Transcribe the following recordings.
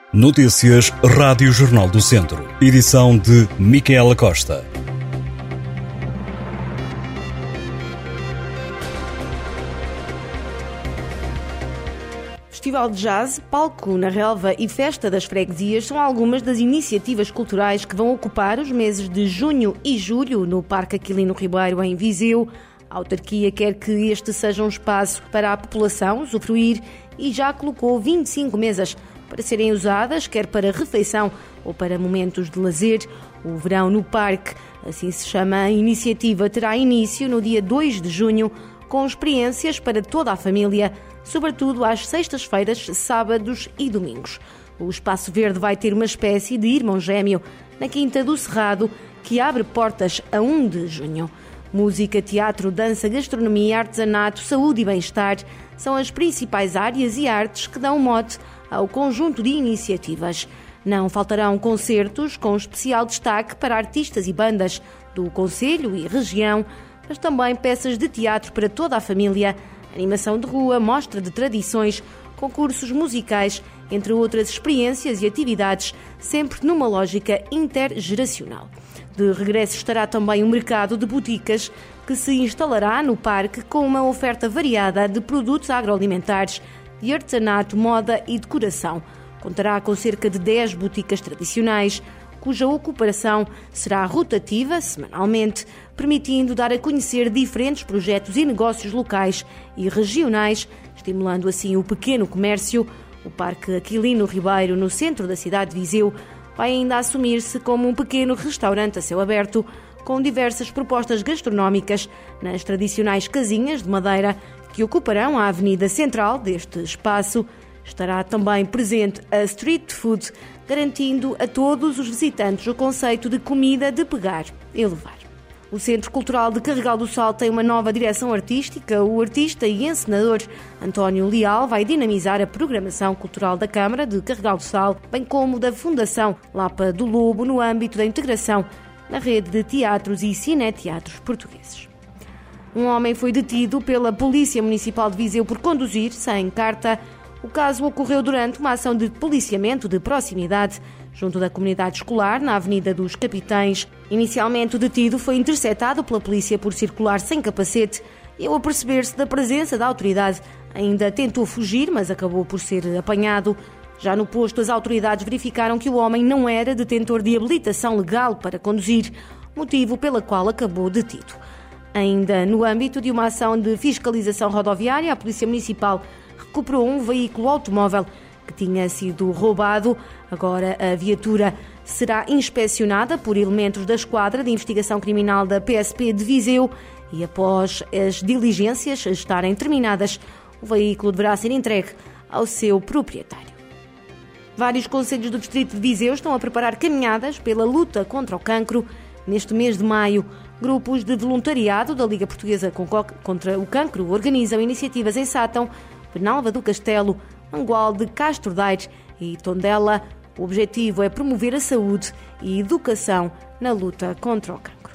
Notícias Rádio Jornal do Centro. Edição de Micaela Costa. Festival de Jazz, Palco na Relva e Festa das Freguesias são algumas das iniciativas culturais que vão ocupar os meses de junho e julho no Parque Aquilino Ribeiro, em Viseu. A autarquia quer que este seja um espaço para a população usufruir e já colocou 25 mesas para serem usadas, quer para refeição ou para momentos de lazer. O Verão no Parque, assim se chama a iniciativa, terá início no dia 2 de junho, com experiências para toda a família, sobretudo às sextas-feiras, sábados e domingos. O Espaço Verde vai ter uma espécie de irmão gêmeo na Quinta do Cerrado, que abre portas a 1 de junho. Música, teatro, dança, gastronomia, artesanato, saúde e bem-estar são as principais áreas e artes que dão mote ao conjunto de iniciativas. Não faltarão concertos com especial destaque para artistas e bandas do concelho e região, mas também peças de teatro para toda a família, animação de rua, mostra de tradições, concursos musicais, entre outras experiências e atividades, sempre numa lógica intergeracional. De regresso estará também um mercado de boticas que se instalará no parque com uma oferta variada de produtos agroalimentares, de artesanato, moda e decoração. Contará com cerca de 10 boticas tradicionais, cuja ocupação será rotativa semanalmente, permitindo dar a conhecer diferentes projetos e negócios locais e regionais, estimulando assim o pequeno comércio. O Parque Aquilino Ribeiro, no centro da cidade de Viseu, vai ainda assumir-se como um pequeno restaurante a céu aberto, com diversas propostas gastronómicas nas tradicionais casinhas de madeira que ocuparão a avenida central deste espaço. Estará também presente a street food, garantindo a todos os visitantes o conceito de comida de pegar e levar. O Centro Cultural de Carregal do Sal tem uma nova direção artística. O artista e encenador António Leal vai dinamizar a programação cultural da Câmara de Carregal do Sal, bem como da Fundação Lapa do Lobo, no âmbito da integração na rede de teatros e cineteatros portugueses. Um homem foi detido pela Polícia Municipal de Viseu por conduzir sem carta. O caso ocorreu durante uma ação de policiamento de proximidade junto da comunidade escolar, na Avenida dos Capitães. Inicialmente, o detido foi interceptado pela polícia por circular sem capacete e, ao aperceber-se da presença da autoridade, ainda tentou fugir, mas acabou por ser apanhado. Já no posto, as autoridades verificaram que o homem não era detentor de habilitação legal para conduzir, motivo pela qual acabou detido. Ainda no âmbito de uma ação de fiscalização rodoviária, a Polícia Municipal recuperou um veículo automóvel que tinha sido roubado. Agora a viatura será inspecionada por elementos da Esquadra de Investigação Criminal da PSP de Viseu e, após as diligências estarem terminadas, o veículo deverá ser entregue ao seu proprietário. Vários concelhos do distrito de Viseu estão a preparar caminhadas pela luta contra o cancro. Neste mês de maio, grupos de voluntariado da Liga Portuguesa contra o Cancro organizam iniciativas em Sátão, Penalva do Castelo, Mangualde, Castro Daire e Tondela. O objetivo é promover a saúde e educação na luta contra o cancro.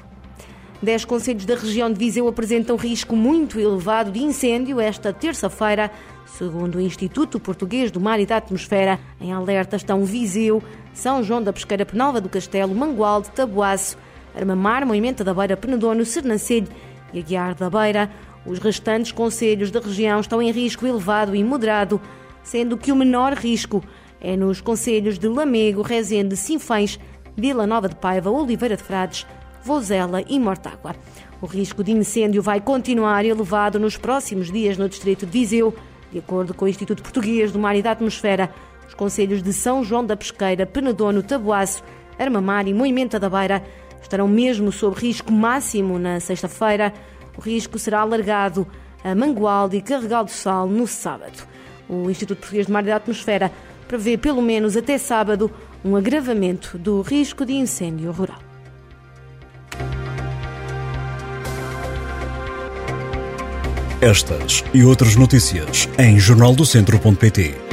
10 concelhos da região de Viseu apresentam risco muito elevado de incêndio esta terça-feira, segundo o Instituto Português do Mar e da Atmosfera. Em alerta estão Viseu, São João da Pesqueira, Penalva do Castelo, Mangualde, Taboaço, Armamar, Moimenta da Beira, Penedono, Sernancelho e Aguiar da Beira. Os restantes concelhos da região estão em risco elevado e moderado, sendo que o menor risco é nos concelhos de Lamego, Rezende, Sinfães, Vila Nova de Paiva, Oliveira de Frades, Vozela e Mortágua. O risco de incêndio vai continuar elevado nos próximos dias no distrito de Viseu. De acordo com o Instituto Português do Mar e da Atmosfera, os concelhos de São João da Pesqueira, Penedono, Taboaço, Armamar e Moimenta da Beira estarão mesmo sob risco máximo na sexta-feira. O risco será alargado a Mangualde e Carregal do Sal no sábado. O Instituto Português do Mar e da Atmosfera prevê pelo menos até sábado um agravamento do risco de incêndio rural. Estas e outras notícias em jornaldocentro.pt.